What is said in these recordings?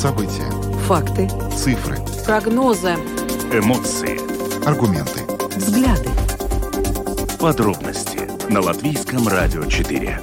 События. Факты. Цифры. Прогнозы. Эмоции. Аргументы. Взгляды. Подробности на Латвийском радио 4.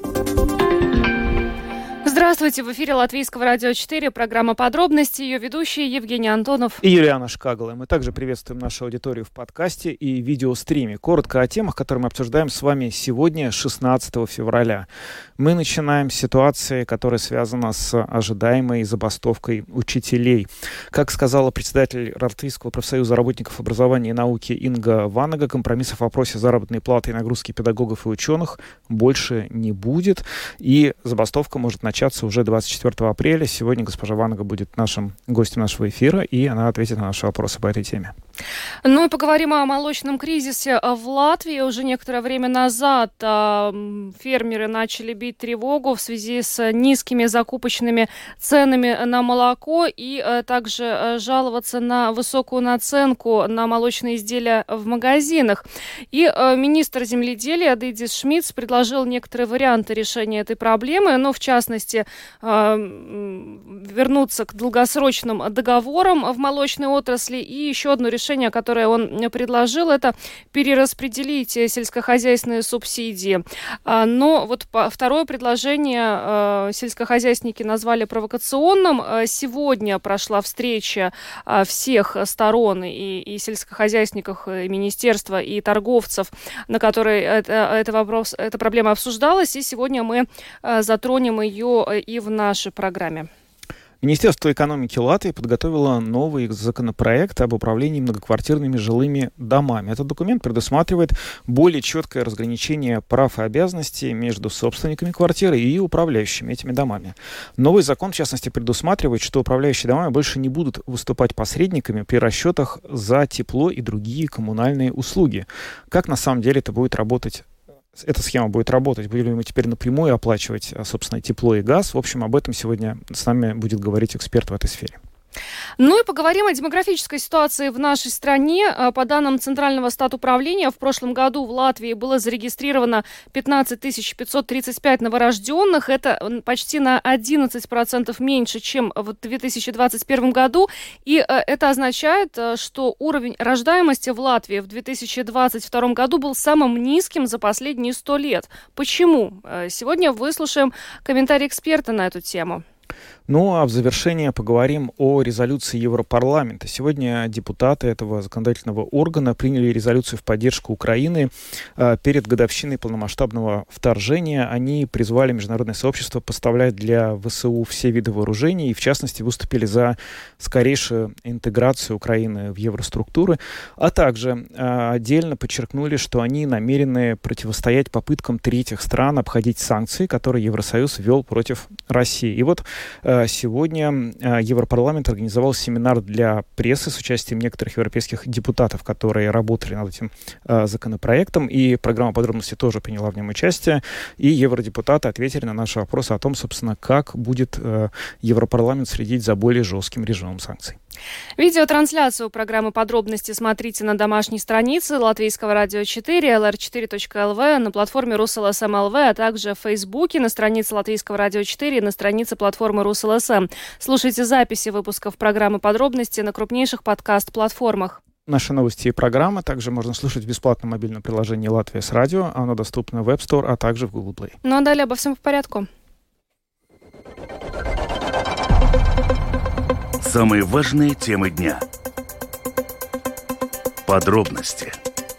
Здравствуйте, в эфире Латвийского радио 4, программа «Подробности», ее ведущие Евгений Антонов и Юлиана Шкагала. Мы также приветствуем нашу аудиторию в подкасте и видеостриме. Коротко о темах, которые мы обсуждаем с вами сегодня, 16 февраля. Мы начинаем с ситуации, которая связана с ожидаемой забастовкой учителей. Как сказала председатель Латвийского профсоюза работников образования и науки Инга Ванага, компромиссов в вопросе заработной платы и нагрузки педагогов и ученых больше не будет, и забастовка может начаться уже 24 апреля. Сегодня госпожа Ванага будет нашим гостем нашего эфира, и она ответит на наши вопросы по этой теме. Ну и поговорим о молочном кризисе в Латвии. Уже некоторое время назад фермеры начали бить тревогу в связи с низкими закупочными ценами на молоко и также жаловаться на высокую наценку на молочные изделия в магазинах. И министр земледелия Дидис Шмидц предложил некоторые варианты решения этой проблемы, но в частности вернуться к долгосрочным договорам в молочной отрасли. И еще одно решение, которое он предложил, это перераспределить сельскохозяйственные субсидии. Но вот второе предложение сельскохозяйственники назвали провокационным. Сегодня прошла встреча всех сторон, и сельскохозяйственников, и министерства, и торговцев, на которой эта проблема обсуждалась, и сегодня мы затронем ее и в нашей программе. Министерство экономики Латвии подготовило новый законопроект об управлении многоквартирными жилыми домами. Этот документ предусматривает более четкое разграничение прав и обязанностей между собственниками квартиры и управляющими этими домами. Новый закон, в частности, предусматривает, что управляющие домами больше не будут выступать посредниками при расчетах за тепло и другие коммунальные услуги. Как на самом деле это будет работать? Эта схема будет работать. Будем ли мы теперь напрямую оплачивать, собственно, тепло и газ? В общем, об этом сегодня с нами будет говорить эксперт в этой сфере. Ну и поговорим о демографической ситуации в нашей стране. По данным Центрального статуправления, в прошлом году в Латвии было зарегистрировано 15 535 новорожденных. Это почти на 11% меньше, чем в 2021 году. И это означает, что уровень рождаемости в Латвии в 2022 году был самым низким за последние 100 лет. Почему? Сегодня выслушаем комментарий эксперта на эту тему. Ну, а в завершение поговорим о резолюции Европарламента. Сегодня депутаты этого законодательного органа приняли резолюцию в поддержку Украины. Перед годовщиной полномасштабного вторжения они призвали международное сообщество поставлять для ВСУ все виды вооружений и, в частности, выступили за скорейшую интеграцию Украины в евроструктуры, а также отдельно подчеркнули, что они намерены противостоять попыткам третьих стран обходить санкции, которые Евросоюз ввел против России. И вот сегодня Европарламент организовал семинар для прессы с участием некоторых европейских депутатов, которые работали над этим законопроектом, и программа «Подробности» тоже приняла в нем участие, и евродепутаты ответили на наши вопросы о том, собственно, как будет Европарламент следить за более жестким режимом санкций. Видеотрансляцию программы «Подробности» смотрите на домашней странице Латвийского радио 4, lr4.lv, на платформе RusLSM.lv, а также в Фейсбуке, на странице Латвийского радио 4 и на странице платформы RusLSM. Слушайте записи выпусков программы «Подробности» на крупнейших подкаст-платформах. Наши новости и программы также можно слушать в бесплатном мобильном приложении «Латвия с радио». Оно доступно в App Store, а также в Google Play. Ну а далее обо всем по порядку. Самые важные темы дня. Подробности.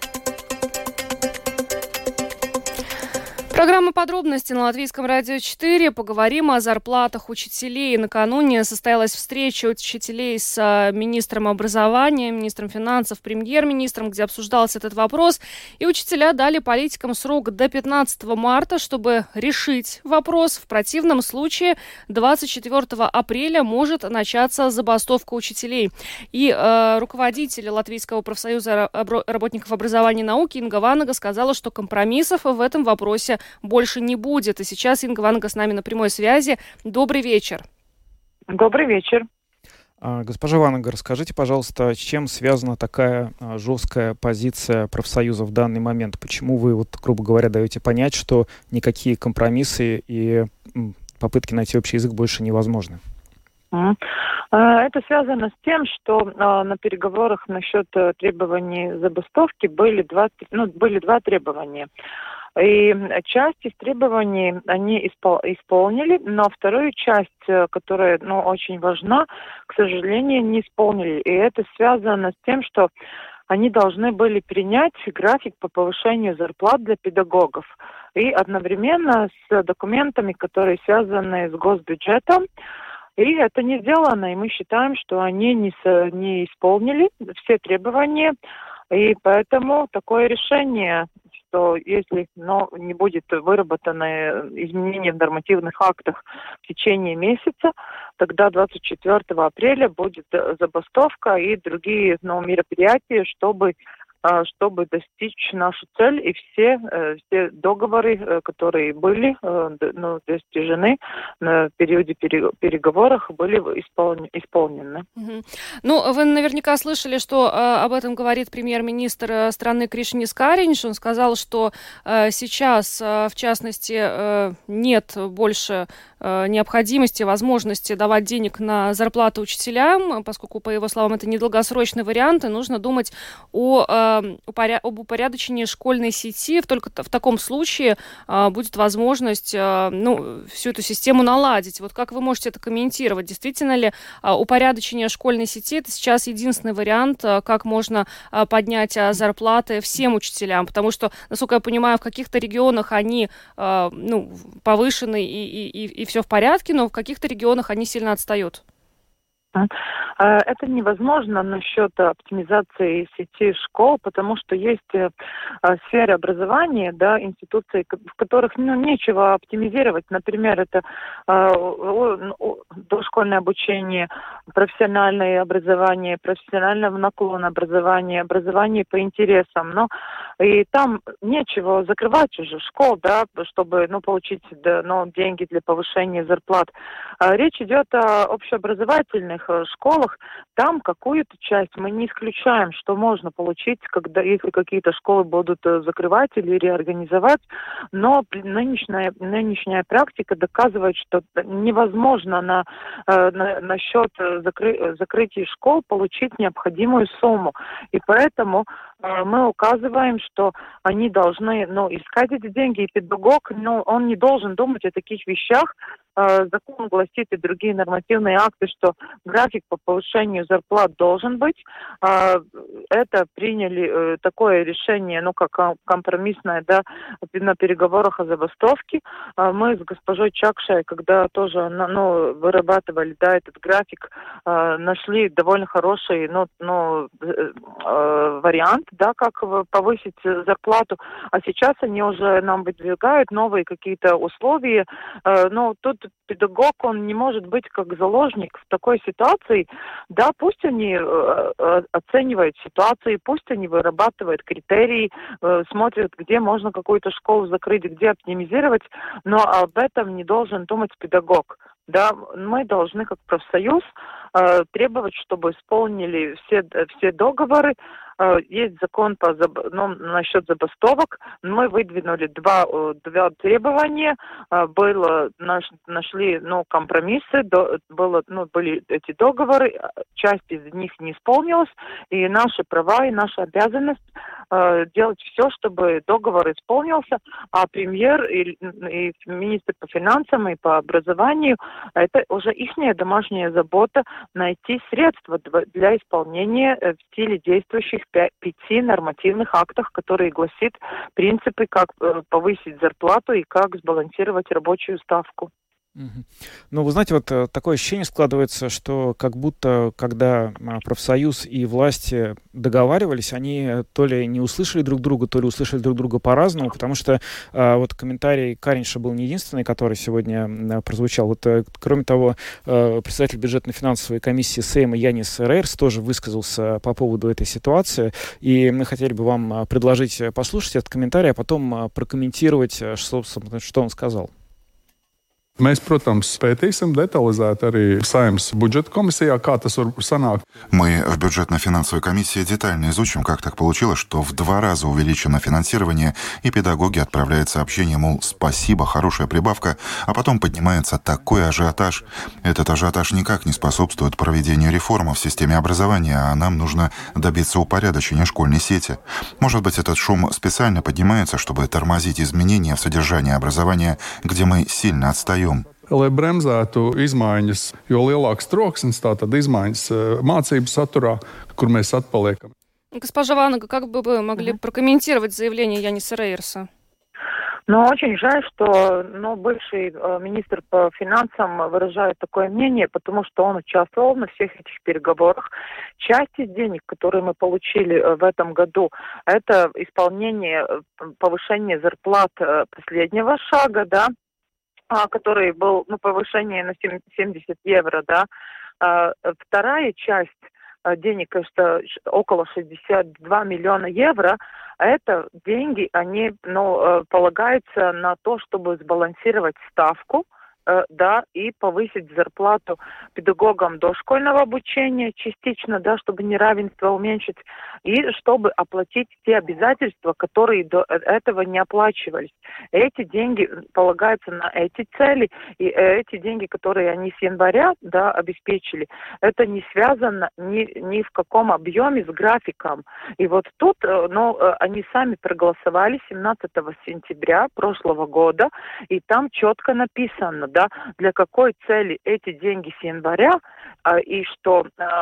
Программа «Подробности» на Латвийском радио 4. Поговорим о зарплатах учителей. Накануне состоялась встреча учителей с министром образования, министром финансов, премьер-министром, где обсуждался этот вопрос. И учителя дали политикам срок до 15 марта, чтобы решить вопрос. В противном случае 24 апреля может начаться забастовка учителей. И руководитель Латвийского профсоюза работников образования и науки Инга Ванага сказала, что компромиссов в этом вопросе больше не будет. И сейчас Инга Ванага с нами на прямой связи. Добрый вечер. Добрый вечер. Госпожа Ванага, расскажите, пожалуйста, с чем связана такая жесткая позиция профсоюза в данный момент? Почему вы, грубо говоря, даете понять, что никакие компромиссы и попытки найти общий язык больше невозможны? Это связано с тем, что на переговорах насчет требований забастовки были два требования. И часть из требований они исполнили, но вторую часть, которая очень важна, к сожалению, не исполнили. И это связано с тем, что они должны были принять график по повышению зарплат для педагогов. И одновременно с документами, которые связаны с госбюджетом. И это не сделано, и мы считаем, что они не исполнили все требования. И поэтому такое решение, что если не будет выработано изменение в нормативных актах в течение месяца, тогда 24 апреля будет забастовка и другие мероприятия, чтобы достичь нашу цель, и все договоры, которые были достижены в периоде переговоров, были исполнены. Вы наверняка слышали, что об этом говорит премьер-министр страны Кришинис Кариньш. Он сказал, что сейчас, в частности, нет больше необходимости, возможности давать денег на зарплату учителям, поскольку, по его словам, это недолгосрочный вариант, и нужно думать об упорядочении школьной сети. Только в таком случае будет возможность всю эту систему наладить. Вот как вы можете это комментировать? Действительно ли упорядочение школьной сети — это сейчас единственный вариант, как можно поднять зарплаты всем учителям? Потому что, насколько я понимаю, в каких-то регионах они повышены и все в порядке, но в каких-то регионах они сильно отстают. Это невозможно насчет оптимизации сети школ, потому что есть сферы образования, институции, в которых нечего оптимизировать. Например, это дошкольное обучение, профессиональное образование, профессиональное наклонное образование, образование по интересам. И там нечего закрывать уже школ, чтобы получить деньги для повышения зарплат. Речь идет о общеобразовательных школах. Там какую-то часть мы не исключаем, что можно получить, если какие-то школы будут закрывать или реорганизовать. Но нынешняя практика доказывает, что невозможно насчет закрытия школ получить необходимую сумму. И поэтому мы указываем, что они должны искать эти деньги, и педагог, он не должен думать о таких вещах. Закон гласит и другие нормативные акты, что график по повышению зарплат должен быть. Это приняли такое решение, как компромиссное, на переговорах о забастовке. Мы с госпожой Чакшей, когда тоже вырабатывали этот график, нашли довольно хороший вариант, как повысить зарплату. А сейчас они уже нам выдвигают новые какие-то условия. Тут педагог, он не может быть как заложник в такой ситуации. Пусть они оценивают ситуацию, пусть они вырабатывают критерии, смотрят, где можно какую-то школу закрыть, где оптимизировать, но об этом не должен думать педагог. Мы должны, как профсоюз, требовать, чтобы исполнили все договоры. Есть закон насчет забастовок. Мы выдвинули два требования. Нашли компромиссы. Были эти договоры. Часть из них не исполнилась. И наши права и наша обязанность делать все, чтобы договор исполнился. А премьер и министр по финансам и по образованию, это уже ихняя домашняя забота найти средства для исполнения в стиле действующих 5 нормативных актах, которые гласят принципы, как повысить зарплату и как сбалансировать рабочую ставку. Вы знаете, такое ощущение складывается, что как будто, когда профсоюз и власти договаривались, они то ли не услышали друг друга, то ли услышали друг друга по-разному, потому что комментарий Кариньша был не единственный, который сегодня прозвучал. Кроме того, председатель бюджетно-финансовой комиссии Сейма Янис Рейерс тоже высказался по поводу этой ситуации, и мы хотели бы вам предложить послушать этот комментарий, а потом прокомментировать, собственно, что он сказал. Mēs, protams, pētīsim detalizēt arī Saeimas budžeta комиссия, kā tas var sanākt. Мы в бюджетно-финансовой комиссии детально изучим, как так получилось, что в 2 раза увеличено финансирование, и педагоги отправляют сообщение, мол, спасибо, хорошая прибавка, а потом поднимается такой ажиотаж. Этот ажиотаж никак не способствует проведению реформы в системе образования, а нам нужно добиться упорядочения школьной сети. Может быть, этот шум специально поднимается, чтобы тормозить изменения в содержании образования, где мы сильно отстаем. Lai bremzētu izmaiņas, jo lielāks troksnis, tātad izmaiņas mācību saturā, kur mēs atpaliekam. Госпожа Ванага, как бы вы могли прокомментировать заявление Яниса Рейерса? Но очень жаль, что бывший министр по финансам выражает такое мнение, потому что он участвовал на всех этих переговорах. Часть из денег, которые мы получили в этом году, это исполнение повышения зарплат последнего шага, да, который был повышение на 70 евро, да. Вторая часть денег, это около 62 миллиона евро, это деньги, они полагаются на то, чтобы сбалансировать ставку, да, и повысить зарплату педагогам дошкольного обучения частично, да, чтобы неравенство уменьшить, и чтобы оплатить те обязательства, которые до этого не оплачивались. Эти деньги полагаются на эти цели, и эти деньги, которые они с января, да, обеспечили, это не связано ни в каком объеме с графиком. И вот тут, они сами проголосовали 17 сентября прошлого года, и там четко написано, да, для какой цели эти деньги с января, и что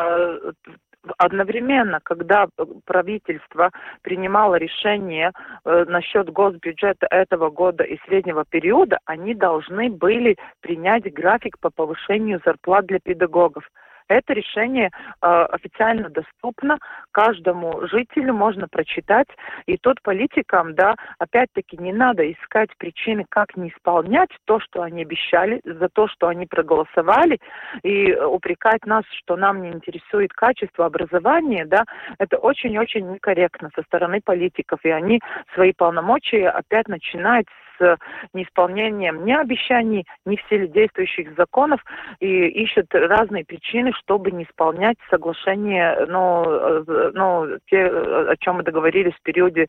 одновременно, когда правительство принимало решение насчет госбюджета этого года и среднего периода, они должны были принять график по повышению зарплат для педагогов. Это решение официально доступно каждому жителю, можно прочитать. И тут политикам, да, опять-таки не надо искать причины, как не исполнять то, что они обещали, за то, что они проголосовали, и упрекать нас, что нам не интересует качество образования, да, это очень-очень некорректно со стороны политиков. И они свои полномочия опять начинают с неисполнением ни обещаний, ни в силе действующих законов, и ищут разные причины, чтобы не исполнять соглашение, те, о чем мы договорились в периоде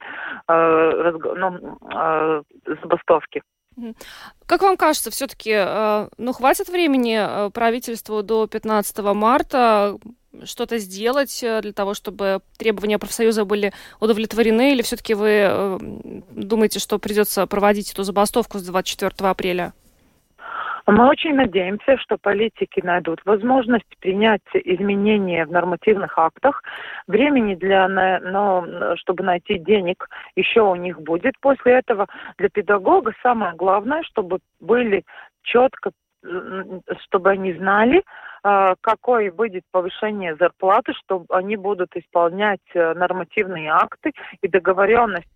забастовки. Как вам кажется, все-таки, хватит времени правительству до 15 марта что-то сделать для того, чтобы требования профсоюза были удовлетворены, или все-таки вы думаете, что придется проводить эту забастовку с 24 апреля? Мы очень надеемся, что политики найдут возможность принять изменения в нормативных актах. Времени чтобы найти денег, еще у них будет. После этого для педагога самое главное, чтобы были четко, чтобы они знали, какое будет повышение зарплаты, что они будут исполнять нормативные акты и договоренность,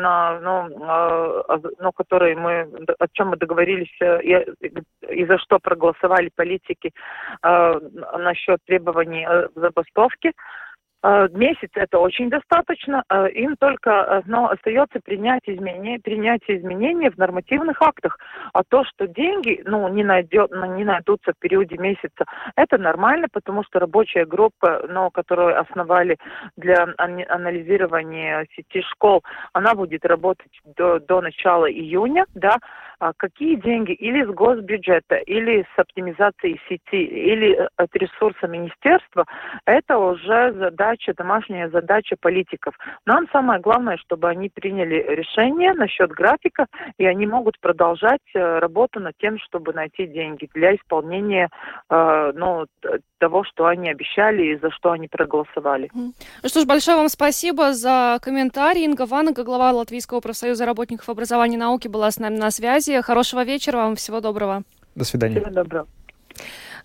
о чем мы договорились и за что проголосовали политики насчет требований забастовки. Месяц это очень достаточно, им только остается принятие изменений в нормативных актах. А то, что деньги не найдутся в периоде месяца, это нормально, потому что рабочая группа, которую основали для анализирования сети школ, она будет работать до начала июня, да. Какие деньги или с госбюджета, или с оптимизацией сети, или от ресурса министерства, это уже домашняя задача политиков. Нам самое главное, чтобы они приняли решение насчет графика, и они могут продолжать работу над тем, чтобы найти деньги для исполнения того, что они обещали и за что они проголосовали. Ну что ж, большое вам спасибо за комментарий. Инга Ванага, глава Латвийского профсоюза работников образования и науки, была с нами на связи. Хорошего вечера вам, всего доброго. До свидания. Всего доброго.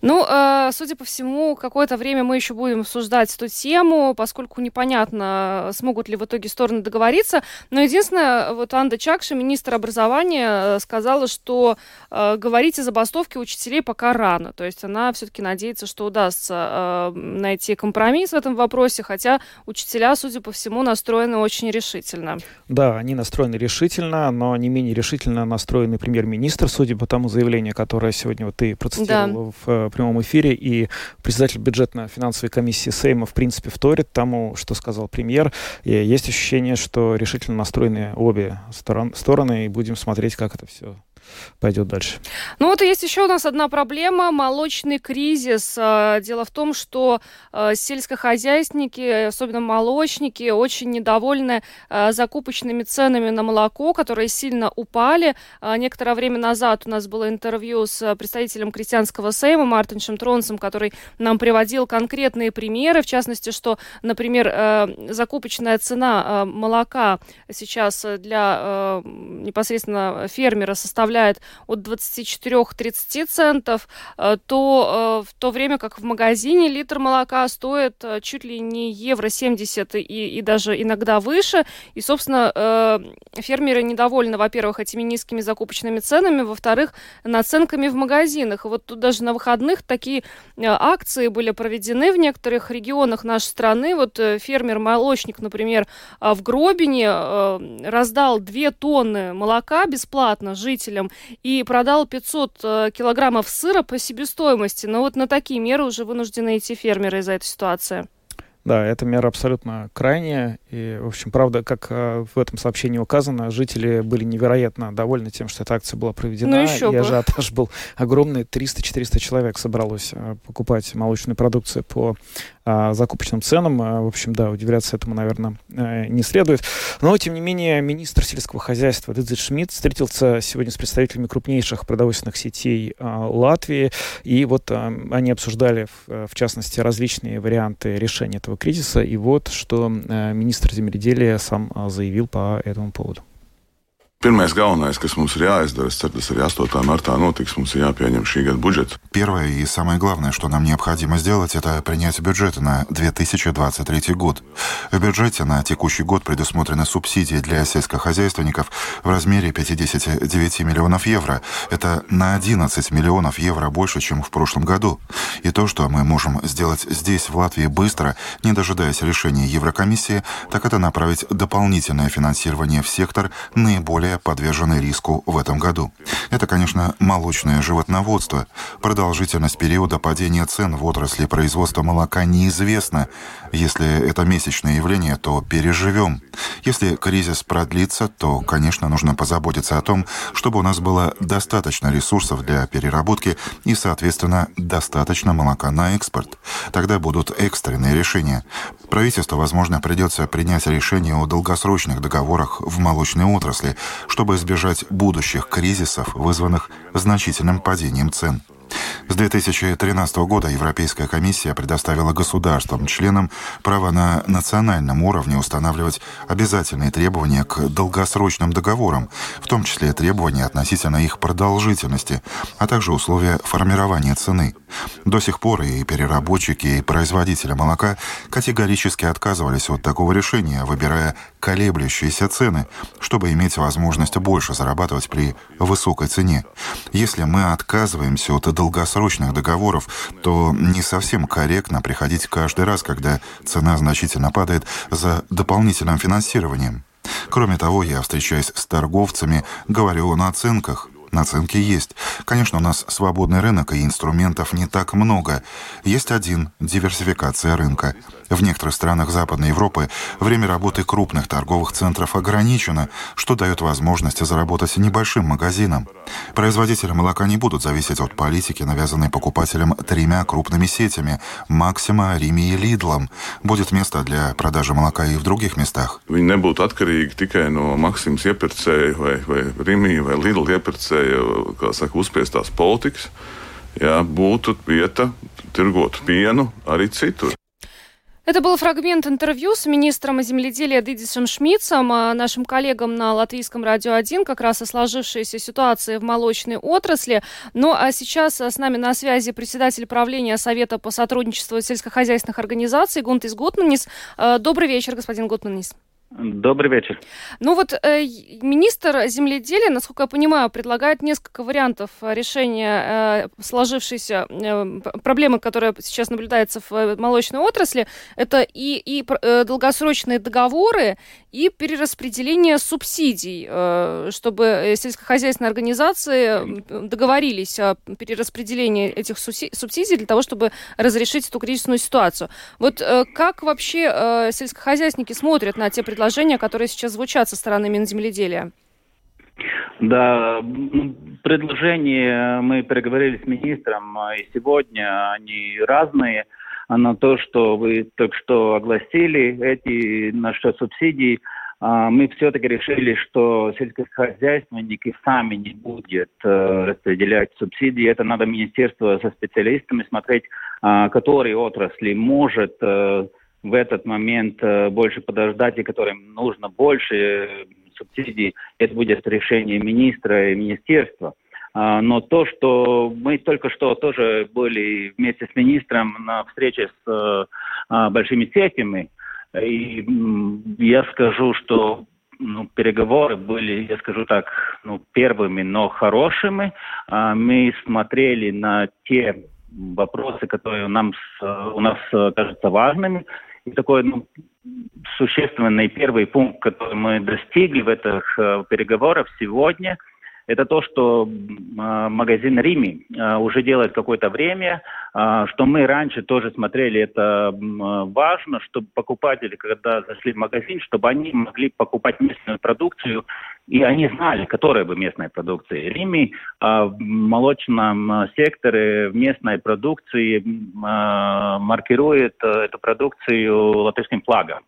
Ну, судя по всему, какое-то время мы еще будем обсуждать эту тему, поскольку непонятно, смогут ли в итоге стороны договориться. Но единственное, вот Анда Чакша, министр образования, сказала, что говорить о забастовке учителей пока рано. То есть она все-таки надеется, что удастся найти компромисс в этом вопросе, хотя учителя, судя по всему, настроены очень решительно. Да, они настроены решительно, но не менее решительно настроенный премьер-министр, судя по тому заявлению, которое сегодня вот ты процитировала в прямом эфире, и председатель бюджетно-финансовой комиссии Сейма, в принципе, вторит тому, что сказал премьер. И есть ощущение, что решительно настроены обе стороны, и будем смотреть, как это все пойдет дальше. Ну вот и есть еще у нас одна проблема – молочный кризис. Дело в том, что сельскохозяйственники, особенно молочники, очень недовольны закупочными ценами на молоко, которые сильно упали. Некоторое время назад у нас было интервью с представителем крестьянского сейма Мартиншем Тронсом, который нам приводил конкретные примеры, в частности, что, например, закупочная цена молока сейчас для непосредственно фермера составляет от 24-30 центов, то в то время как в магазине литр молока стоит чуть ли не евро 70 и даже иногда выше. И, собственно, фермеры недовольны, во-первых, этими низкими закупочными ценами, во-вторых, наценками в магазинах. И вот тут даже на выходных такие акции были проведены в некоторых регионах нашей страны. Вот фермер-молочник, например, в Гробине раздал 2 тонны молока бесплатно жителям и продал 500 килограммов сыра по себестоимости. Но вот на такие меры уже вынуждены идти фермеры из-за этой ситуации. Да, эта мера абсолютно крайняя. И, в общем, правда, как в этом сообщении указано, жители были невероятно довольны тем, что эта акция была проведена. Ну, еще и бы. ажиотаж был огромный. 300-400 человек собралось покупать молочную продукцию по закупочным ценам. В общем, да, удивляться этому, наверное, не следует. Но, тем не менее, министр сельского хозяйства Дидзис Шмидс встретился сегодня с представителями крупнейших продовольственных сетей Латвии. И вот они обсуждали, в частности, различные варианты решения этого кризиса. И вот что министр земледелия сам заявил по этому поводу. Pirmais galvenais, kas mums ir jāizdara, es ceru, tas arī 8. martā notiks, mums ir jāpieņem šī gada budžets. Первое и самое главное, что нам необходимо сделать, это принять бюджет на 2023 год. В бюджете на текущий год предусмотрены субсидии для сельскохозяйственников в размере 59 миллионов евро. Это на 11 миллионов евро больше, чем в прошлом году. И то, что мы можем сделать здесь, в Латвии, быстро, не дожидаясь решения Еврокомиссии, так это направить дополнительное финансирование в сектор, наиболее подверженный риску в этом году. Это, конечно, молочное животноводство. Продолжительность периода падения цен в отрасли производства молока неизвестна. Если это месячное явление, то переживем. Если кризис продлится, то, конечно, нужно позаботиться о том, чтобы у нас было достаточно ресурсов для переработки и, соответственно, достаточно молока на экспорт. Тогда будут экстренные решения. Правительству, возможно, придется принять решение о долгосрочных договорах в молочной отрасли, чтобы избежать будущих кризисов, вызванных значительным падением цен. С 2013 года Европейская комиссия предоставила государствам-членам право на национальном уровне устанавливать обязательные требования к долгосрочным договорам, в том числе требования относительно их продолжительности, а также условия формирования цены. До сих пор и переработчики, и производители молока категорически отказывались от такого решения, выбирая колеблющиеся цены, чтобы иметь возможность больше зарабатывать при высокой цене. Если мы отказываемся от долгосрочных договоров, то не совсем корректно приходить каждый раз, когда цена значительно падает, за дополнительным финансированием. Кроме того, я встречаюсь с торговцами, говорю о наценках. Наценки есть. Конечно, у нас свободный рынок, и инструментов не так много. Есть один – диверсификация рынка. В некоторых странах Западной Европы время работы крупных торговых центров ограничено, что дает возможность заработать небольшим магазинам. Производители молока не будут зависеть от политики, навязанной покупателям 3 крупными сетями – Максима, Рими и Лидлом. Будет место для продажи молока и в других местах. Viņi nebūtu atkarīgi tikai no Maksimas iepirkēja vai Rimi vai Lidl iepirkēja, kā saka, uzspiestās politikas. Jā, būtu vieta tirgot pienu arī citur. Это был фрагмент интервью с министром земледелия Дидисом Шмидцем, нашим коллегам на Латвийском радио 1, как раз о сложившейся ситуации в молочной отрасли. Ну а сейчас с нами на связи председатель правления Совета по сотрудничеству сельскохозяйственных организаций Гунтис Гутманис. Добрый вечер, господин Гутманис. Добрый вечер. Ну вот министр земледелия, насколько я понимаю, предлагает несколько вариантов решения сложившейся проблемы, которая сейчас наблюдается в молочной отрасли. Это и долгосрочные договоры, и перераспределение субсидий, чтобы сельскохозяйственные организации договорились о перераспределении этих субсидий для того, чтобы разрешить эту кризисную ситуацию. Вот как вообще сельскохозяйственники смотрят на те предложения, которые сейчас звучат со стороны Минземледелия? Да, предложения мы переговорили с министром, и сегодня они разные. Но то, что вы только что огласили, эти насчет субсидий, мы все-таки решили, что сельскохозяйственники сами не будут распределять субсидии. Это надо министерство со специалистами смотреть, которые отрасли может в этот момент больше подождать, и которым нужно больше субсидий. Это будет решение министра и министерства. Но то, что мы только что тоже были вместе с министром на встрече с большими сетями, и я скажу, что переговоры были, я скажу так, первыми, но хорошими. Мы смотрели на те вопросы, которые у нас кажутся важными. И такой существенный первый пункт, который мы достигли в этих переговорах сегодня, это то, что магазин Рими уже делает какое-то время, что мы раньше тоже смотрели, это важно, чтобы покупатели, когда зашли в магазин, чтобы они могли покупать местную продукцию, и они знали, которая бы местная продукция. Рими в молочном секторе в местной продукции маркирует эту продукцию латышским флагом.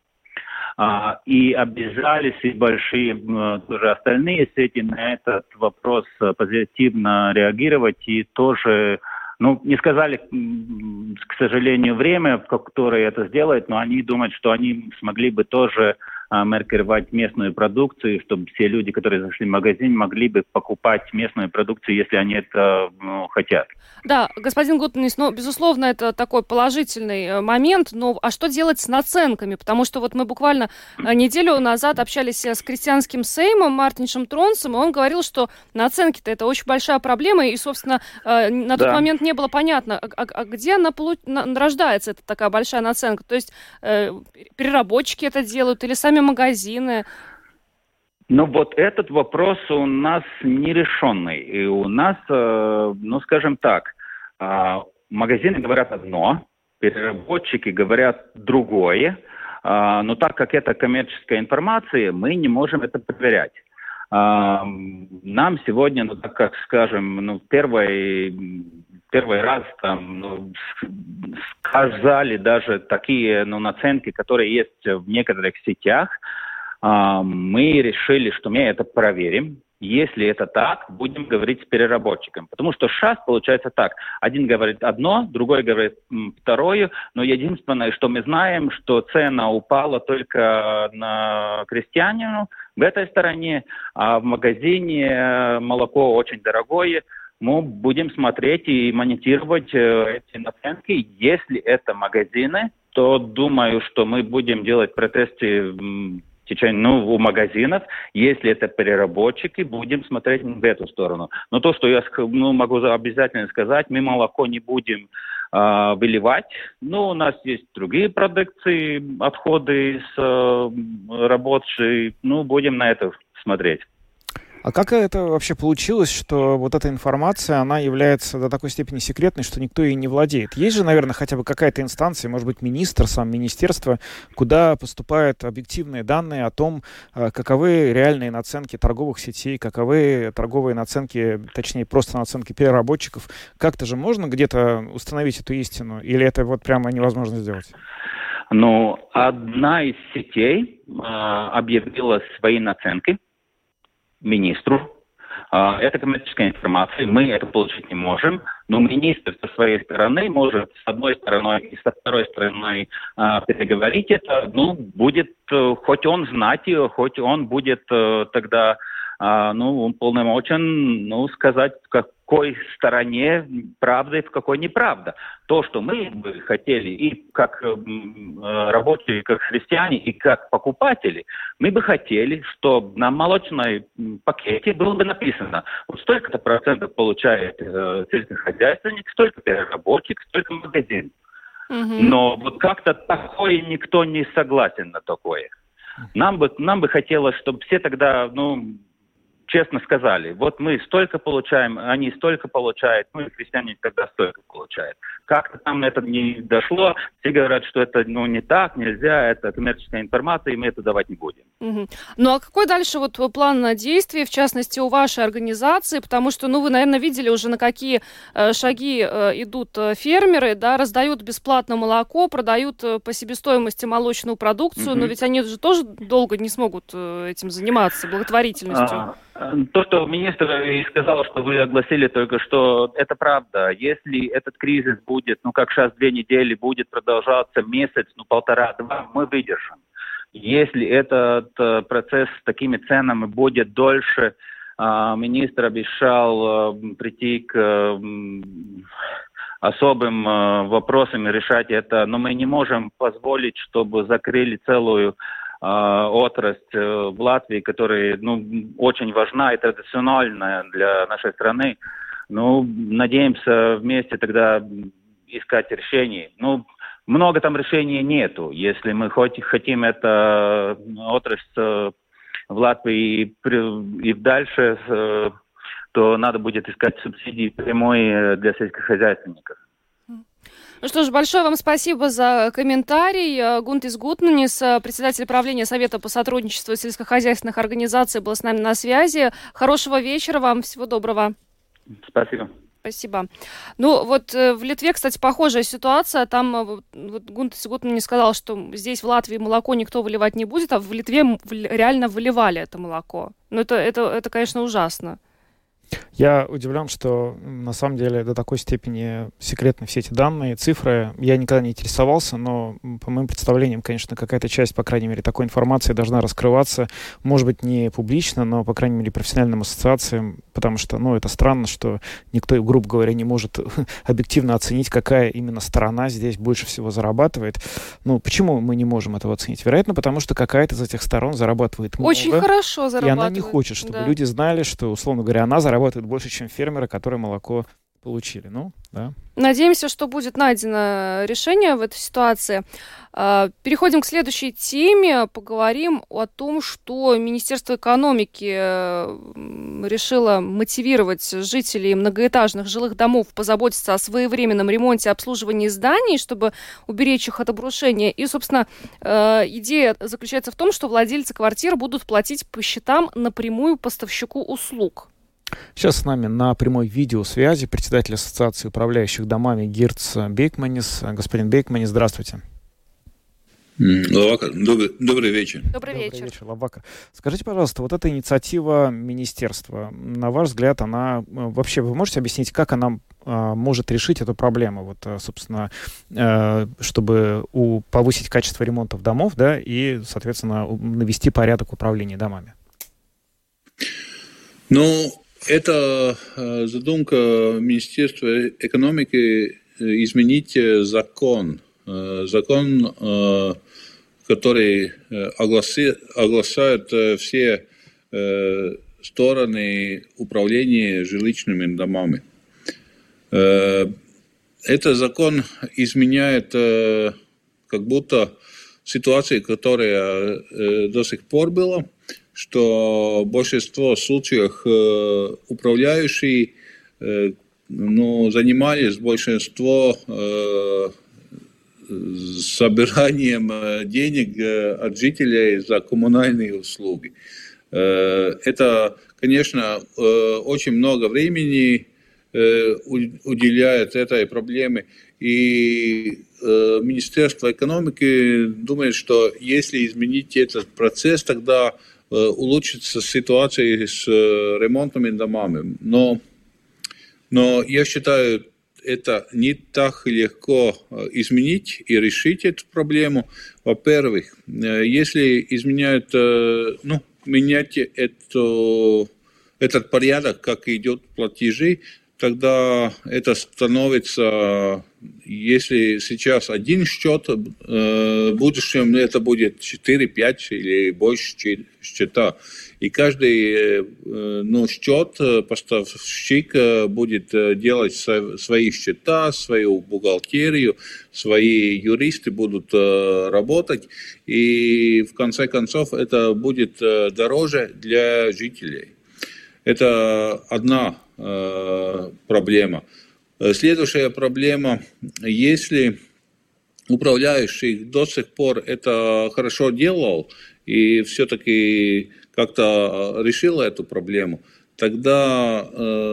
И обязались и большие тоже остальные сети на этот вопрос позитивно реагировать и тоже, не сказали, к сожалению, время, в которое это сделают, но они думают, что они смогли бы тоже маркировать местную продукцию, чтобы все люди, которые зашли в магазин, могли бы покупать местную продукцию, если они это хотят. Да, господин Гутманис, безусловно, это такой положительный момент, но а что делать с наценками? Потому что вот мы буквально неделю назад общались с крестьянским сеймом Мартиншем Тронсом, и он говорил, что наценки-то это очень большая проблема, и, собственно, на тот момент не было понятно, где она рождается, эта такая большая наценка. То есть переработчики это делают или сами магазины? Вот этот вопрос у нас нерешенный. И у нас, скажем так, магазины говорят одно, переработчики говорят другое, но так как это коммерческая информация, мы не можем это проверять. Нам сегодня, так как скажем, первый раз сказали даже такие наценки, которые есть в некоторых сетях. Мы решили, что мы это проверим. Если это так, будем говорить с переработчиком. Потому что сейчас получается так. Один говорит одно, другой говорит второе. Но единственное, что мы знаем, что цена упала только на крестьянину в этой стороне, а в магазине молоко очень дорогое. Мы будем смотреть и монитировать эти наценки. Если это магазины, то думаю, что мы будем делать протесты у магазинов. Если это переработчики, будем смотреть в эту сторону. Но то, что я могу обязательно сказать, мы молоко не будем выливать. У нас есть другие продукции, отходы с рабочей. Будем на это смотреть. А как это вообще получилось, что вот эта информация, она является до такой степени секретной, что никто ей не владеет? Есть же, наверное, хотя бы какая-то инстанция, может быть, министр, сам министерство, куда поступают объективные данные о том, каковы реальные наценки торговых сетей, каковы торговые наценки, точнее, просто наценки переработчиков. Как-то же можно где-то установить эту истину? Или это вот прямо невозможно сделать? Одна из сетей объявила свои наценки министру. Это коммерческая информация, мы это получить не можем, Но министр со своей стороны может с одной стороной и со второй стороной переговорить это, будет хоть он знать ее, хоть он будет тогда уполномочен, сказать, в какой стороне правда и в какой неправда. То, что мы бы хотели, и как рабочие, как христиане, и как покупатели, мы бы хотели, чтобы на молочной пакете было бы написано, вот столько-то процентов получает сельскохозяйственник, столько переработчик, столько магазин. Но вот как-то такое никто не согласен на такое. Нам бы хотелось, чтобы все тогда, честно сказали, вот мы столько получаем, они столько получают, христиане тогда столько получают. Как-то там это не дошло, все говорят, что это не так, нельзя, это коммерческая информация, и мы это давать не будем. Ну а какой дальше план действий, в частности, у вашей организации? Потому что, вы, наверное, видели уже, на какие шаги идут фермеры, да, раздают бесплатно молоко, продают по себестоимости молочную продукцию, но ведь они же тоже долго не смогут этим заниматься, благотворительностью. То, что министр и сказал, что вы огласили только что, это правда. Если этот кризис будет, как сейчас 2 недели, будет продолжаться месяц, 1,5-2, мы выдержим. Если этот процесс с такими ценами будет дольше, министр обещал прийти к особым вопросам и решать это, но мы не можем позволить, чтобы закрыли целую отрасль в Латвии, которая очень важна и традициональная для нашей страны. Надеемся вместе тогда искать решение. Много там решений нету. Если мы хотим эту отрасль в Латвии и дальше, то надо будет искать субсидии прямые для сельскохозяйственников. Ну что ж, большое вам спасибо за комментарий. Гунтис Гутнанис, председатель правления Совета по сотрудничеству сельскохозяйственных организаций, был с нами на связи. Хорошего вечера вам, всего доброго. Спасибо. Спасибо. В Литве, кстати, похожая ситуация. Там Гунтис Гутнанис сказал, что здесь в Латвии молоко никто выливать не будет, а в Литве реально выливали это молоко. Это, конечно, ужасно. Я удивлен, что на самом деле до такой степени секретны все эти данные, цифры. Я никогда не интересовался, но по моим представлениям, конечно, какая-то часть, по крайней мере, такой информации должна раскрываться. Может быть, не публично, но, по крайней мере, профессиональным ассоциациям, потому что, это странно, что никто, грубо говоря, не может объективно оценить, какая именно сторона здесь больше всего зарабатывает. Почему мы не можем этого оценить? Вероятно, потому что какая-то из этих сторон зарабатывает много. Очень хорошо зарабатывает. И она не хочет, чтобы люди знали, что, условно говоря, она зарабатывает больше, чем фермеры, которые молоко получили. Да. Надеемся, что будет найдено решение в этой ситуации. Переходим к следующей теме. Поговорим о том, что Министерство экономики решило мотивировать жителей многоэтажных жилых домов позаботиться о своевременном ремонте и обслуживании зданий, чтобы уберечь их от обрушения. И, собственно, идея заключается в том, что владельцы квартир будут платить по счетам напрямую поставщику услуг. Сейчас с нами на прямой видеосвязи председатель Ассоциации управляющих домами Гирц Бейкманис. Господин Бейкманис, здравствуйте. Лавака, добрый вечер. Добрый вечер, Лавака. Скажите, пожалуйста, вот эта инициатива министерства, на ваш взгляд, она вообще, вы можете объяснить, как она может решить эту проблему, собственно, чтобы повысить качество ремонтов домов, да, и, соответственно, навести порядок в управлении домами? Это задумка Министерства экономики изменить закон, который оглашает все стороны управления жилищными домами. Этот закон изменяет как будто ситуацию, которая до сих пор была, что в большинстве случаев управляющие занимались большинство собиранием денег от жителей за коммунальные услуги. Это, конечно, очень много времени уделяет этой проблеме. И Министерство экономики думает, что если изменить этот процесс, тогда улучшится ситуация с ремонтными домами. Но я считаю, это не так легко изменить и решить эту проблему. Во-первых, если менять этот порядок, как идет платежи, тогда это становится, если сейчас один счет, в будущем это будет 4, 5 или больше счета. И каждый счет поставщик будет делать свои счета, свою бухгалтерию, свои юристы будут работать. И в конце концов это будет дороже для жителей. Это одна проблема. Следующая проблема, если управляющий до сих пор это хорошо делал и все-таки как-то решил эту проблему, тогда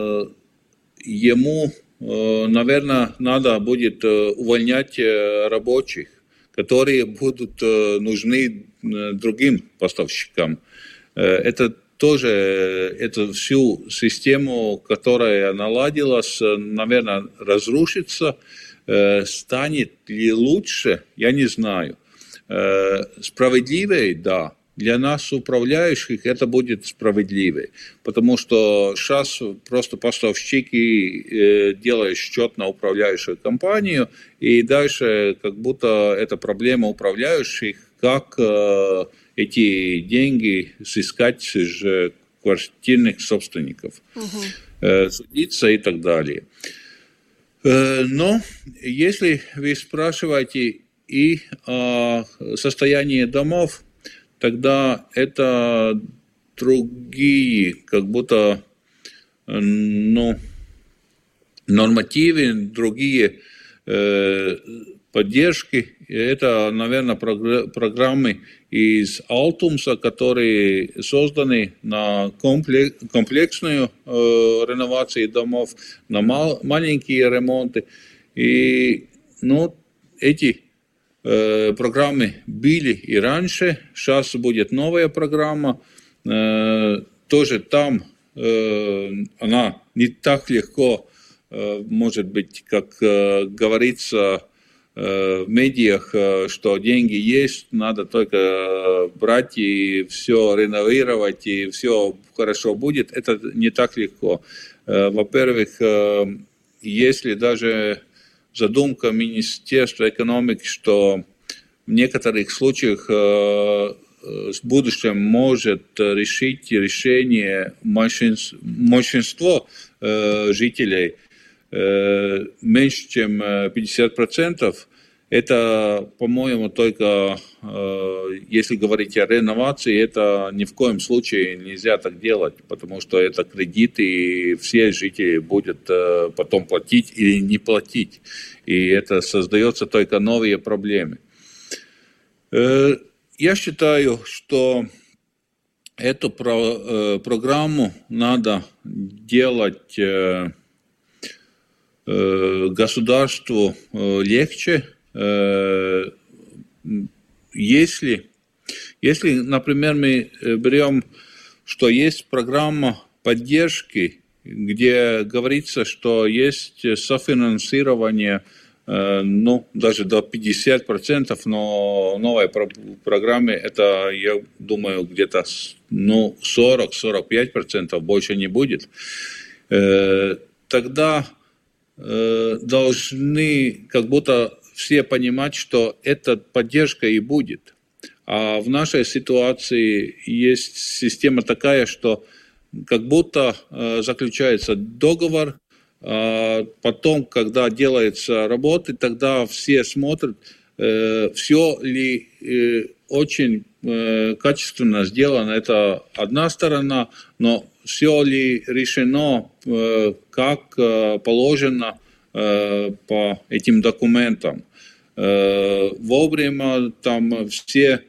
ему, наверное, надо будет увольнять рабочих, которые будут нужны другим поставщикам. Это тоже эту всю систему, которая наладилась, наверное, разрушится. Станет ли лучше, я не знаю. Справедливее, да. Для нас, управляющих, это будет справедливее. Потому что сейчас просто поставщики делают счет на управляющую компанию, и дальше как будто это проблема управляющих, как эти деньги сыскать с квартирных собственников, судиться и так далее. Но если вы спрашиваете и о состоянии домов, тогда это другие, как будто нормативы, другие поддержки. Это, наверное, программы из Алтумса, которые созданы на комплексную реновацию домов, на маленькие ремонты. И эти программы были и раньше, сейчас будет новая программа. Тоже там она не так легко, может быть, как говорится в медиах, что деньги есть, надо только брать и все реновировать, и все хорошо будет. Это не так легко. Во-первых, если даже задумка Министерства экономики, что в некоторых случаях в будущем может решить решение большинство жителей, меньше, чем 50%, это, по-моему, только, если говорить о реновации, это ни в коем случае нельзя так делать, потому что это кредиты, и все жители будут потом платить или не платить. И это создается только новые проблемы. Я считаю, что эту программу надо делать государству легче, если, например, мы берем, что есть программа поддержки, где говорится, что есть софинансирование, даже до 50%, но новой программе это, я думаю, где-то 40-45%, больше не будет. Тогда должны как будто все понимать, что эта поддержка и будет. А в нашей ситуации есть система такая, что как будто заключается договор, а потом, когда делаются работы, тогда все смотрят, все ли очень качественно сделано. Это одна сторона, но все ли решено, как положено по этим документам. Вовремя там все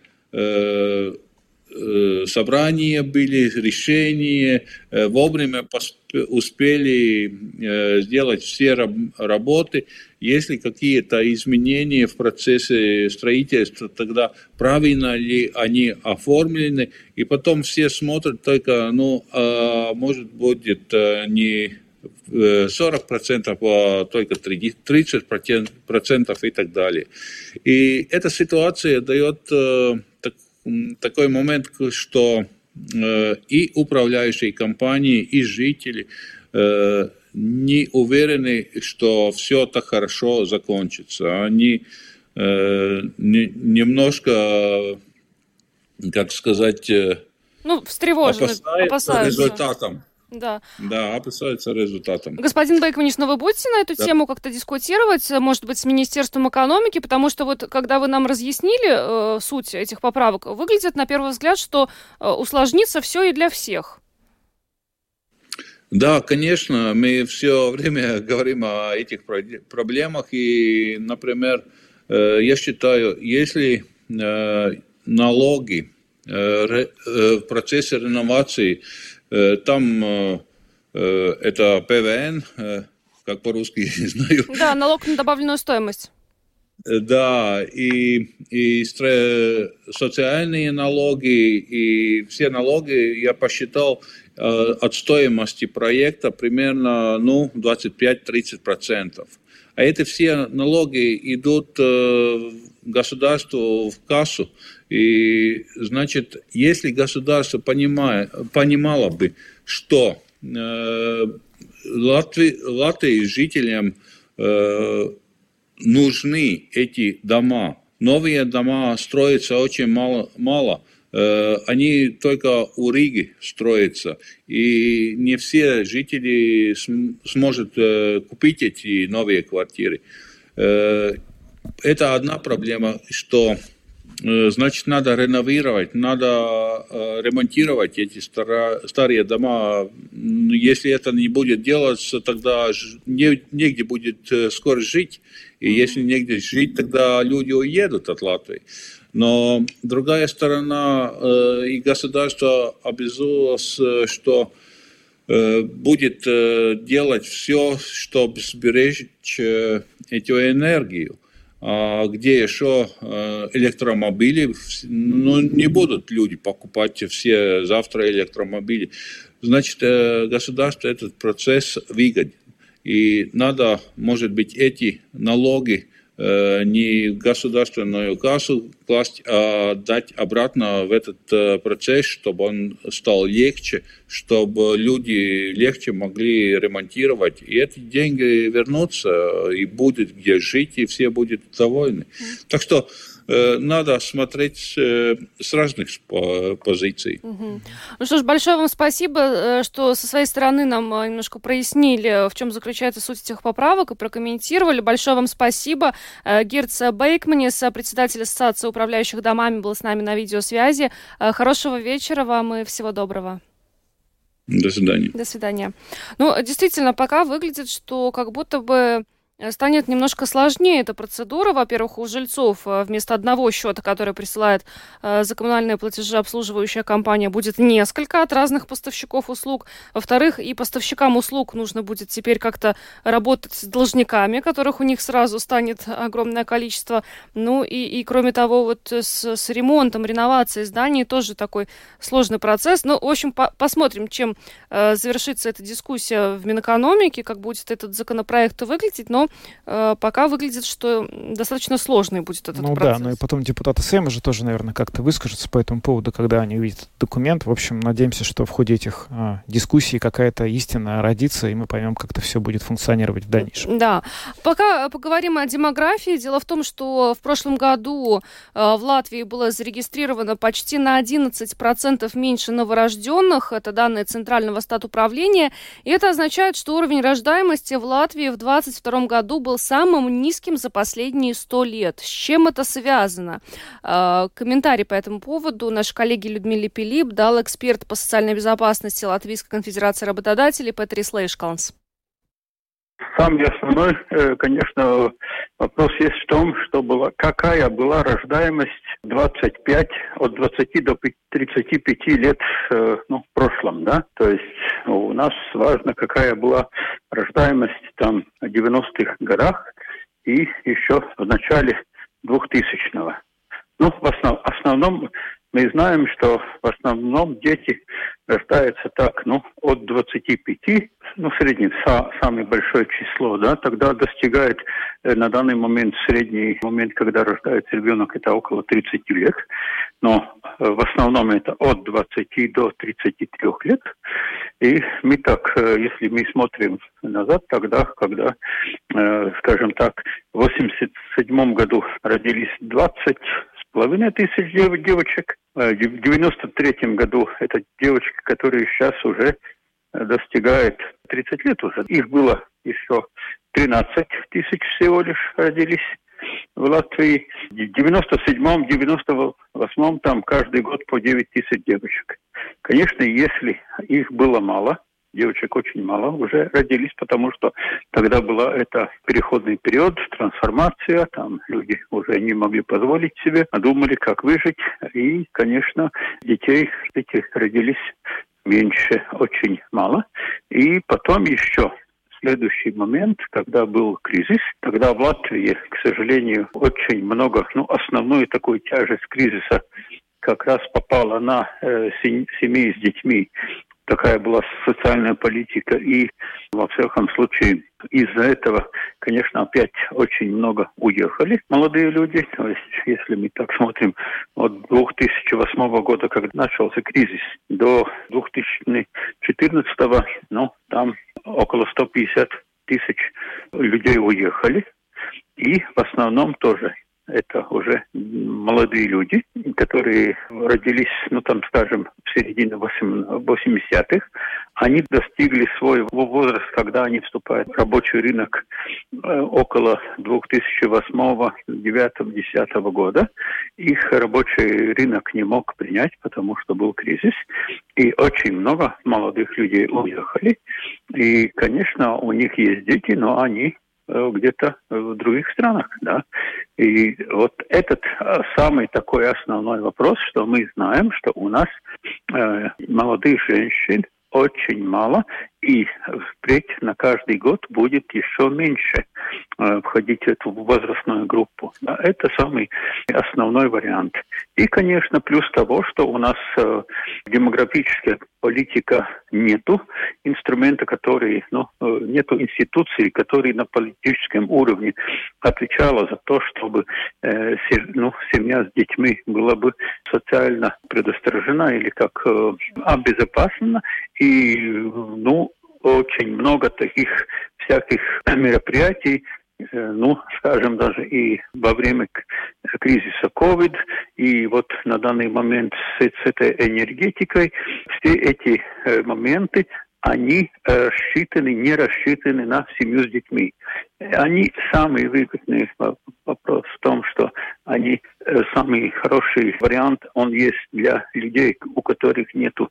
собрания были, решения, вовремя успели сделать все работы. Если какие-то изменения в процессе строительства, тогда правильно ли они оформлены, и потом все смотрят только, может будет не 40%, а только 30% и так далее. И эта ситуация дает такой момент, что и управляющие компании, и жители не уверены, что все так хорошо закончится. Они немножко, как сказать, встревожены, опасаются результатом. Да, опасаются результатом. Господин Бейкманис, но вы будете на эту тему как-то дискутировать, может быть, с Министерством экономики, потому что вот когда вы нам разъяснили суть этих поправок, выглядит на первый взгляд, что усложнится все и для всех. Да, конечно, мы все время говорим о этих проблемах, и, например, я считаю, если налоги в процессе реновации, там это ПВН, как по-русски знаю. Да, налог на добавленную стоимость. Да, и социальные налоги, и все налоги я посчитал от стоимости проекта примерно 25-30%. А эти все налоги идут государству в кассу. И, значит, если государство понимало бы, что Латвии жителям нужны эти дома, новые дома строятся очень мало. Они только у Риги строятся, и не все жители смогут купить эти новые квартиры. Это одна проблема, что, значит, надо реновировать, надо ремонтировать эти старые дома. Если это не будет делаться, тогда негде будет скоро жить, и если негде жить, тогда люди уедут от Латвии. Но другая сторона, и государство обязалось, что будет делать все, чтобы сберечь эту энергию. А где еще электромобили, не будут люди покупать все завтра электромобили. Значит, государство этот процесс выгоден. И надо, может быть, эти налоги не в государственную кассу класть, а дать обратно в этот процесс, чтобы он стал легче, чтобы люди легче могли ремонтировать. И эти деньги вернутся, и будет где жить, и все будут довольны. Так что надо смотреть с разных позиций. Ну что ж, большое вам спасибо, что со своей стороны нам немножко прояснили, в чем заключается суть этих поправок, и прокомментировали. Большое вам спасибо. Гирц Бейкманис, председатель Ассоциации управляющих домами, был с нами на видеосвязи. Хорошего вечера вам и всего доброго. До свидания. До свидания. Ну, действительно, пока выглядит, что как будто бы станет немножко сложнее эта процедура. Во-первых, у жильцов вместо одного счета, который присылает за коммунальные платежи обслуживающая компания, будет несколько от разных поставщиков услуг. Во-вторых, и поставщикам услуг нужно будет теперь как-то работать с должниками, которых у них сразу станет огромное количество. Ну и кроме того, вот с ремонтом, реновацией зданий тоже такой сложный процесс. Ну, в общем, посмотрим, чем завершится эта дискуссия в Минэкономике, как будет этот законопроект выглядеть. Но пока выглядит, что достаточно сложный будет этот процесс. Да, ну и потом депутаты Сейма же тоже, наверное, как-то выскажутся по этому поводу, когда они увидят документ. В общем, надеемся, что в ходе этих дискуссий какая-то истина родится, и мы поймем, как это все будет функционировать в дальнейшем. Да. Пока поговорим о демографии. Дело в том, что в прошлом году в Латвии было зарегистрировано почти на 11% меньше новорожденных. Это данные Центрального статуправления. И это означает, что уровень рождаемости в Латвии в 2022 году был самым низким за последние 100 лет. С чем это связано? Комментарий по этому поводу нашей коллеге Людмиле Пилип дал эксперт по социальной безопасности Латвийской конфедерации работодателей Петрис Лейшкалнс. Самый основной, конечно, вопрос есть в том, что какая была рождаемость от 20 до 35 лет в прошлом, да? То есть у нас важно, какая была рождаемость там в 90-х годах и еще в начале 2000-го. Ну, в основном мы знаем, что в основном дети рождается так, от 25, в среднем самое большое число, да, тогда достигает на данный момент средний момент, когда рождается ребенок, это около 30 лет, но в основном это от 20 до 33 лет. И мы так, если мы смотрим назад, тогда, когда, скажем так, в 87 году родились 20,5 тысяч девочек, в 93 году это девочки, которые сейчас уже достигают 30 лет уже. Их было еще 13 тысяч всего лишь родились в Латвии. В 97-м, 98-м там каждый год по 9 тысяч девочек. Конечно, если их было мало, девочек очень мало уже родились, потому что тогда была это переходный период, трансформация, там люди уже не могли позволить себе, а думали, как выжить. И, конечно, детей этих родились меньше, очень мало. И потом еще следующий момент, когда был кризис, тогда в Латвии, к сожалению, очень много, основную такую тяжесть кризиса как раз попала на семьи с детьми. Такая была социальная политика, и во всяком случае из-за этого, конечно, опять очень много уехали молодые люди. То есть, если мы так смотрим, от 2008 года, когда начался кризис, до 2014, там около 150 тысяч людей уехали, и в основном тоже это уже молодые люди, которые родились, скажем, в середине 80-х. Они достигли своего возраста, когда они вступают в рабочий рынок около 2008, 2009, 2010 года. Их рабочий рынок не мог принять, потому что был кризис. И очень много молодых людей уехали. И, конечно, у них есть дети, но они где-то в других странах, да. И вот этот самый такой основной вопрос, что мы знаем, что у нас молодых женщин очень мало, и впредь на каждый год будет еще меньше входить в эту возрастную группу. Да, это самый основной вариант. И, конечно, плюс того, что у нас демографическая политика нету инструмента, который, нету институции, который на политическом уровне отвечала за то, чтобы семья с детьми была бы социально предосторожена или как обезопасена. И, очень много таких всяких мероприятий, скажем, даже и во время кризиса COVID, и вот на данный момент с этой энергетикой, все эти моменты, они не рассчитаны на семью с детьми. Они самый выгодный вопрос в том, что они самый хороший вариант, он есть для людей, у которых нету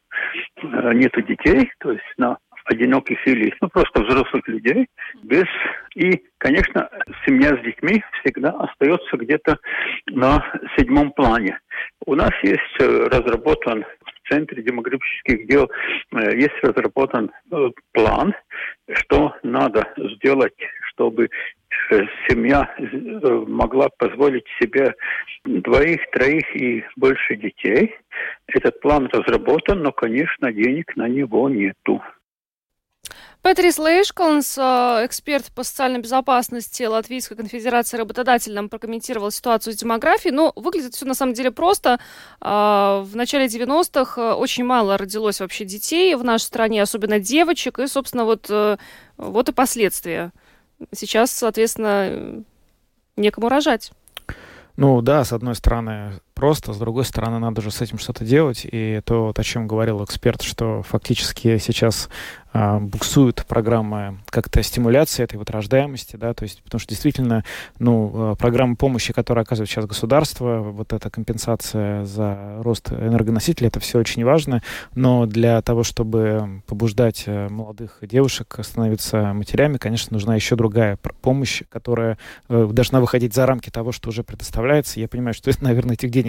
детей, то есть на одиноких или просто взрослых людей. И, конечно, семья с детьми всегда остается где-то на 7-м плане. У нас есть разработан в Центре демографических дел есть разработан план, что надо сделать, чтобы семья могла позволить себе 2, 3 и больше детей. Этот план разработан, но, конечно, денег на него нету. Петрис Лейшкалнс, эксперт по социальной безопасности Латвийской конфедерации работодателей, нам прокомментировал ситуацию с демографией. Выглядит все на самом деле просто. В начале 90-х очень мало родилось вообще детей в нашей стране, особенно девочек, и, собственно, вот и последствия. Сейчас, соответственно, некому рожать. Да, с одной стороны просто, с другой стороны надо же с этим что-то делать. И то, о чем говорил эксперт, что фактически сейчас буксует программа как-то стимуляции этой рождаемости, да, то есть, потому что действительно, программа помощи, которую оказывает сейчас государство, вот эта компенсация за рост энергоносителей, это все очень важно, но для того, чтобы побуждать молодых девушек становиться матерями, конечно, нужна еще другая помощь, которая должна выходить за рамки того, что уже предоставляется. Я понимаю, что, наверное, этих денег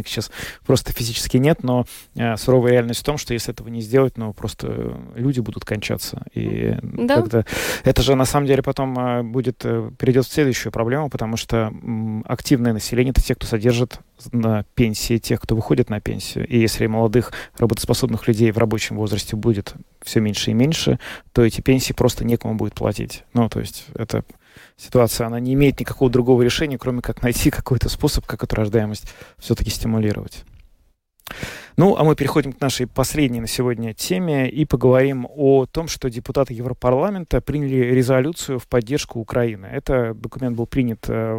денег сейчас просто физически нет, но суровая реальность в том, что если этого не сделать, ну, просто люди будут кончаться. И это же, на самом деле, потом перейдет в следующую проблему, потому что активное население — это те, кто содержит на пенсии тех, кто выходит на пенсию. И если молодых работоспособных людей в рабочем возрасте будет все меньше и меньше, то эти пенсии просто некому будет платить. Ну, то есть эта ситуация, она не имеет никакого другого решения, кроме как найти какой-то способ, как эту рождаемость все-таки стимулировать. Ну, а мы переходим к нашей последней на сегодня теме и поговорим о том, что депутаты Европарламента приняли резолюцию в поддержку Украины. Этот документ был принят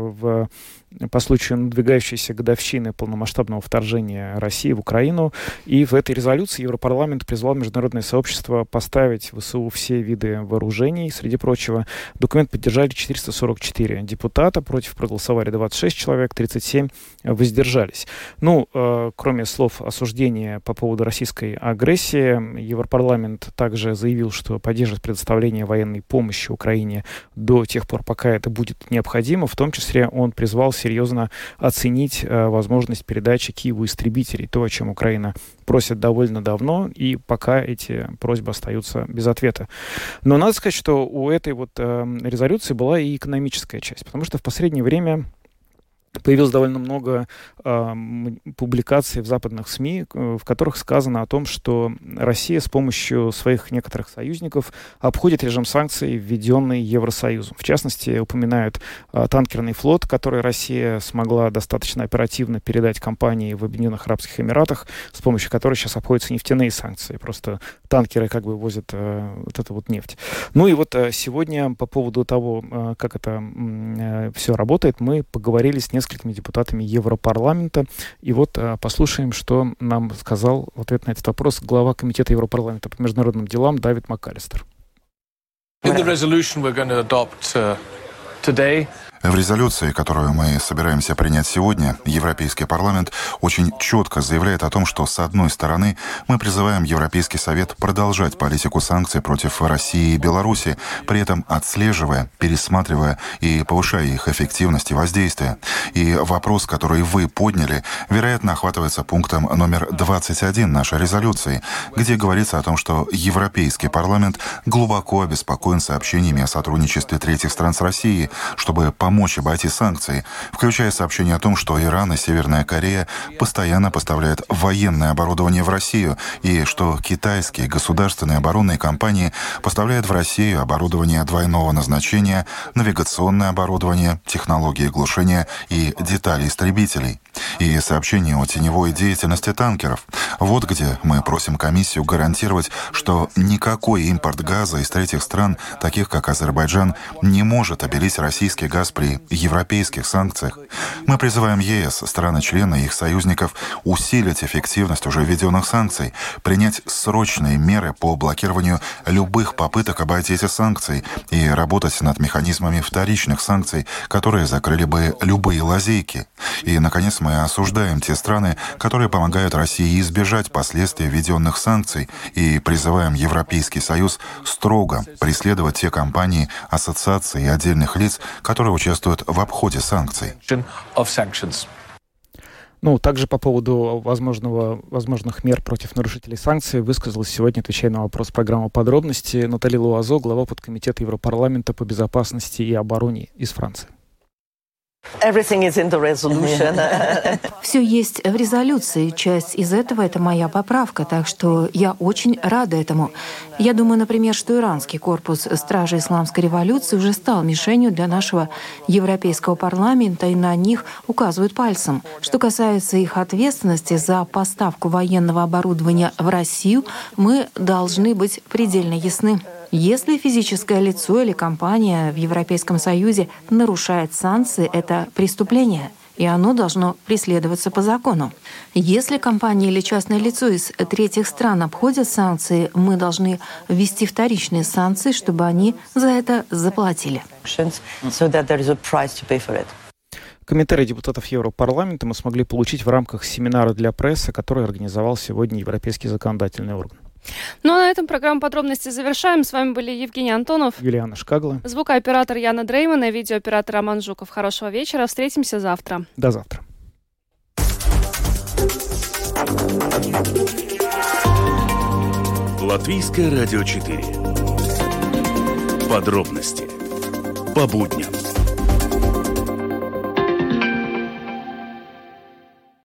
по случаю надвигающейся годовщины полномасштабного вторжения России в Украину. И в этой резолюции Европарламент призвал международное сообщество поставить в ВСУ все виды вооружений. Среди прочего, документ поддержали 444 депутата, против проголосовали 26 человек, 37 воздержались. Ну, кроме слов осуждения по поводу российской агрессии, Европарламент также заявил, что поддержит предоставление военной помощи Украине до тех пор, пока это будет необходимо. В том числе он призвал серьезно оценить возможность передачи Киеву истребителей, то, о чем Украина просит довольно давно, и пока эти просьбы остаются без ответа. Но надо сказать, что у этой вот резолюции была и экономическая часть, потому что в последнее время появилось довольно много публикаций в западных СМИ, в которых сказано о том, что Россия с помощью своих некоторых союзников обходит режим санкций, введенный Евросоюзом. В частности, упоминают танкерный флот, который Россия смогла достаточно оперативно передать компании в Объединенных Арабских Эмиратах, с помощью которой сейчас обходятся нефтяные санкции. Просто танкеры как бы возят вот эту вот нефть. Ну и вот сегодня по поводу того, как это все работает, мы поговорили с несколькими депутатами Европарламента. И вот послушаем, что нам сказал в ответ на этот вопрос глава Комитета Европарламента по международным делам Давид МакАлистер. В резолюции, которую мы собираемся принять сегодня, Европейский парламент очень четко заявляет о том, что, с одной стороны, мы призываем Европейский совет продолжать политику санкций против России и Беларуси, при этом отслеживая, пересматривая и повышая их эффективность и воздействие. И вопрос, который вы подняли, вероятно, охватывается пунктом номер 21 нашей резолюции, где говорится о том, что Европейский парламент глубоко обеспокоен сообщениями о сотрудничестве третьих стран с Россией, чтобы помочь обойти санкции, включая сообщение о том, что Иран и Северная Корея постоянно поставляют военное оборудование в Россию, и что китайские государственные оборонные компании поставляют в Россию оборудование двойного назначения, навигационное оборудование, технологии глушения и детали истребителей. И сообщение о теневой деятельности танкеров. Вот где мы просим комиссию гарантировать, что никакой импорт газа из третьих стран, таких как Азербайджан, не может обелить российский газ при европейских санкциях. Мы призываем ЕС, страны-члены и их союзников усилить эффективность уже введенных санкций, принять срочные меры по блокированию любых попыток обойти эти санкции и работать над механизмами вторичных санкций, которые закрыли бы любые лазейки. И, наконец, мы осуждаем те страны, которые помогают России избежать последствий введенных санкций, и призываем Европейский Союз строго преследовать те компании, ассоциации и отдельных лиц, которые участвуют в обходе санкций. Ну, также по поводу возможных мер против нарушителей санкций высказалась сегодня, отвечая на вопрос программы «Подробности», Натали Луазо, глава подкомитета Европарламента по безопасности и обороне из Франции. Все есть в резолюции. Часть из этого — это моя поправка, так что я очень рада этому. Я думаю, например, что иранский корпус Стражи Исламской революции уже стал мишенью для нашего Европейского парламента, и на них указывают пальцем. Что касается их ответственности за поставку военного оборудования в Россию, мы должны быть предельно ясны. Если физическое лицо или компания в Европейском Союзе нарушает санкции, это преступление, и оно должно преследоваться по закону. Если компания или частное лицо из третьих стран обходят санкции, мы должны ввести вторичные санкции, чтобы они за это заплатили. Комментарии депутатов Европарламента мы смогли получить в рамках семинара для прессы, который организовал сегодня Европейский законодательный орган. Ну а на этом программу «Подробности» завершаем. С вами были Евгений Антонов, Юлиана Шкагла, звукооператор Яна Дреймана, видеооператор Роман Жуков. Хорошего вечера. Встретимся завтра. До завтра. Латвийское радио 4. Подробности по будням.